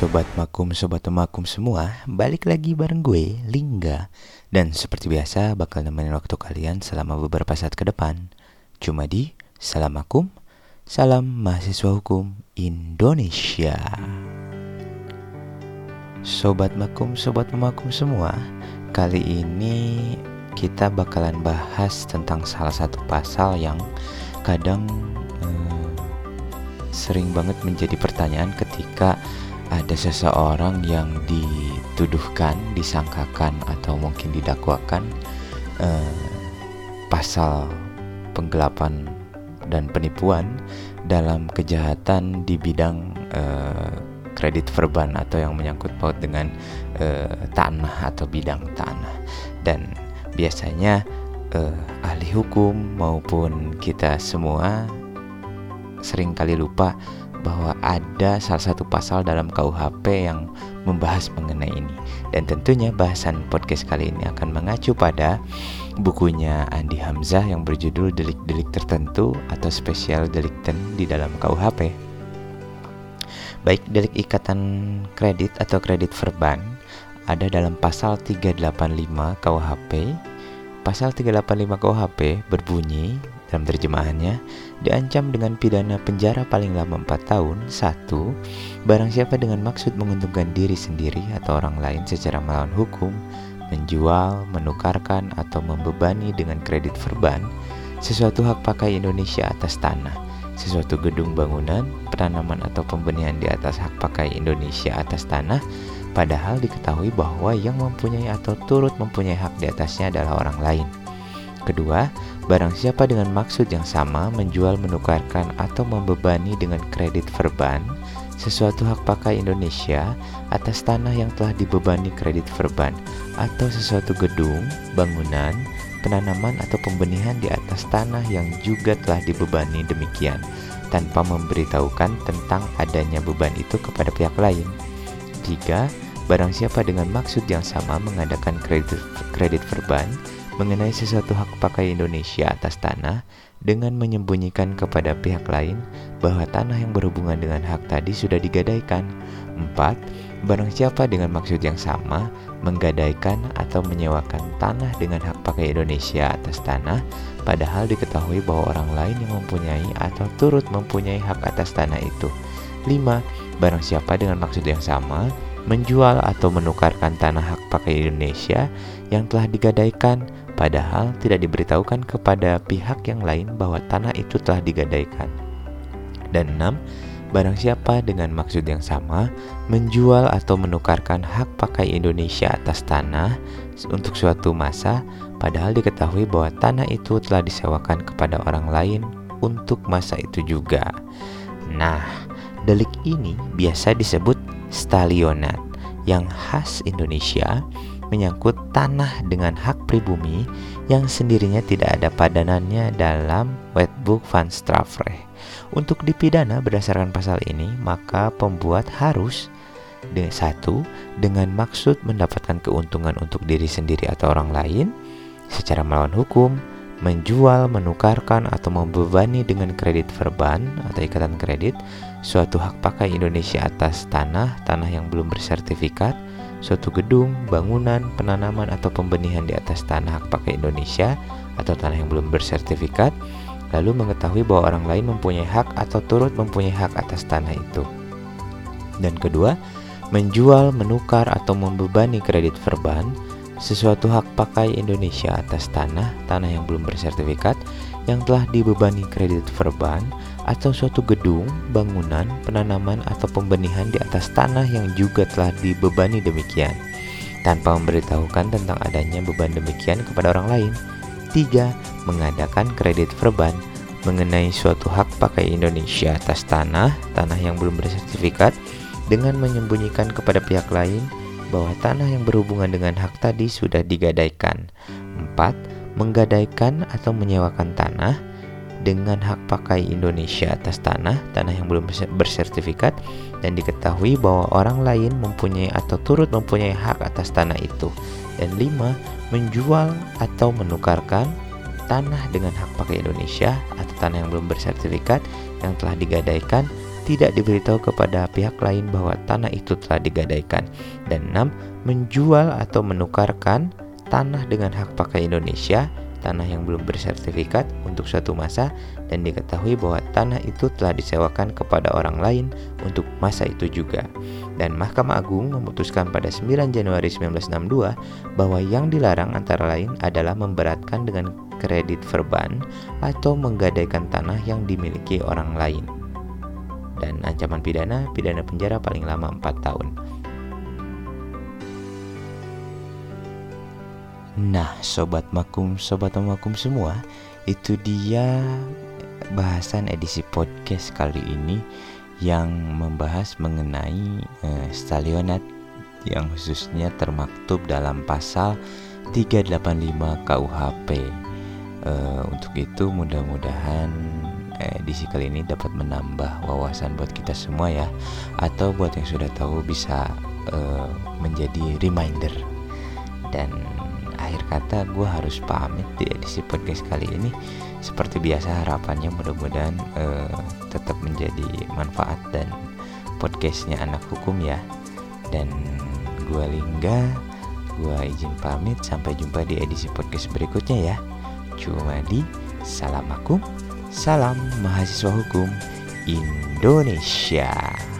Sobat Makum semua, balik lagi bareng gue, Lingga. Dan seperti biasa bakal nemenin waktu kalian selama beberapa saat ke depan. Cuma di Salam Makum, Salam Mahasiswa Hukum Indonesia. Sobat Makum semua, kali ini kita bakalan bahas tentang salah satu pasal yang kadang sering banget menjadi pertanyaan ketika ada seseorang yang dituduhkan, disangkakan, atau mungkin didakwakan pasal penggelapan dan penipuan dalam kejahatan di bidang kredit verban atau yang menyangkut paut dengan tanah atau bidang tanah. Dan biasanya ahli hukum maupun kita semua sering kali lupa bahwa ada salah satu pasal dalam KUHP yang membahas mengenai ini. Dan tentunya bahasan podcast kali ini akan mengacu pada bukunya Andi Hamzah yang berjudul Delik-delik Tertentu atau Special Delicten di dalam KUHP. Baik, delik ikatan kredit atau kredit verban ada dalam pasal 385 KUHP. Pasal 385 KUHP berbunyi dalam terjemahannya, diancam dengan pidana penjara paling lama 4 tahun 1. Barang siapa dengan maksud menguntungkan diri sendiri atau orang lain secara melawan hukum, menjual, menukarkan, atau membebani dengan kredit verban sesuatu hak pakai Indonesia atas tanah, sesuatu gedung bangunan, penanaman atau pembenihan di atas hak pakai Indonesia atas tanah, padahal diketahui bahwa yang mempunyai atau turut mempunyai hak di atasnya adalah orang lain. Kedua, barang siapa dengan maksud yang sama menjual, menukarkan, atau membebani dengan kredit verban sesuatu hak pakai Indonesia atas tanah yang telah dibebani kredit verban atau sesuatu gedung, bangunan, penanaman atau pembenihan di atas tanah yang juga telah dibebani demikian tanpa memberitahukan tentang adanya beban itu kepada pihak lain. 3. Barang siapa dengan maksud yang sama mengadakan kredit verban mengenai sesuatu hak pakai Indonesia atas tanah dengan menyembunyikan kepada pihak lain bahwa tanah yang berhubungan dengan hak tadi sudah digadaikan. 4. Barang siapa dengan maksud yang sama menggadaikan atau menyewakan tanah dengan hak pakai Indonesia atas tanah padahal diketahui bahwa orang lain yang mempunyai atau turut mempunyai hak atas tanah itu. 5. Barang siapa dengan maksud yang sama menjual atau menukarkan tanah hak pakai Indonesia yang telah digadaikan padahal tidak diberitahukan kepada pihak yang lain bahwa tanah itu telah digadaikan. Dan 6. Barang siapa dengan maksud yang sama menjual atau menukarkan hak pakai Indonesia atas tanah untuk suatu masa padahal diketahui bahwa tanah itu telah disewakan kepada orang lain untuk masa itu juga. Nah, delik ini biasa disebut stalionat yang khas Indonesia, menyangkut tanah dengan hak pribumi yang sendirinya tidak ada padanannya dalam Wetboek van Strafrecht. Untuk dipidana berdasarkan pasal ini, maka pembuat harus 1. Dengan maksud mendapatkan keuntungan untuk diri sendiri atau orang lain secara melawan hukum, menjual, menukarkan, atau membebani dengan kredit verban atau ikatan kredit suatu hak pakai Indonesia atas tanah yang belum bersertifikat, suatu gedung, bangunan, penanaman, atau pembenihan di atas tanah hak pakai Indonesia atau tanah yang belum bersertifikat, lalu mengetahui bahwa orang lain mempunyai hak atau turut mempunyai hak atas tanah itu. Dan kedua, menjual, menukar, atau membebani kredit verban sesuatu hak pakai Indonesia atas tanah yang belum bersertifikat yang telah dibebani kredit verban atau suatu gedung, bangunan, penanaman, atau pembenihan di atas tanah yang juga telah dibebani demikian tanpa memberitahukan tentang adanya beban demikian kepada orang lain. 3. Mengadakan kredit verban mengenai suatu hak pakai Indonesia atas tanah yang belum bersertifikat dengan menyembunyikan kepada pihak lain bahwa tanah yang berhubungan dengan hak tadi sudah digadaikan. 4. Menggadaikan atau menyewakan tanah dengan hak pakai Indonesia atas tanah yang belum bersertifikat dan diketahui bahwa orang lain mempunyai atau turut mempunyai hak atas tanah itu. Dan 5. Menjual atau menukarkan tanah dengan hak pakai Indonesia atau tanah yang belum bersertifikat yang telah digadaikan tidak diberitahu kepada pihak lain bahwa tanah itu telah digadaikan. Dan 6. Menjual atau menukarkan tanah dengan hak pakai Indonesia, tanah yang belum bersertifikat untuk suatu masa dan diketahui bahwa tanah itu telah disewakan kepada orang lain untuk masa itu juga. Dan Mahkamah Agung memutuskan pada 9 Januari 1962 bahwa yang dilarang antara lain adalah memberatkan dengan kredit verban atau menggadaikan tanah yang dimiliki orang lain. Dan ancaman pidana penjara paling lama 4 tahun. Nah, sobat makum semua, itu dia bahasan edisi podcast kali ini yang membahas mengenai stalionat yang khususnya termaktub dalam pasal 385 KUHP. Untuk itu mudah-mudahan edisi kali ini dapat menambah wawasan buat kita semua ya, atau buat yang sudah tahu bisa menjadi reminder. Dan akhir kata gue harus pamit di edisi podcast kali ini. Seperti biasa harapannya mudah-mudahan tetap menjadi manfaat dan podcastnya anak hukum ya. Dan gue Lingga, gue izin pamit, sampai jumpa di edisi podcast berikutnya ya. Cuma di Salam Hukum, Salam Mahasiswa Hukum Indonesia.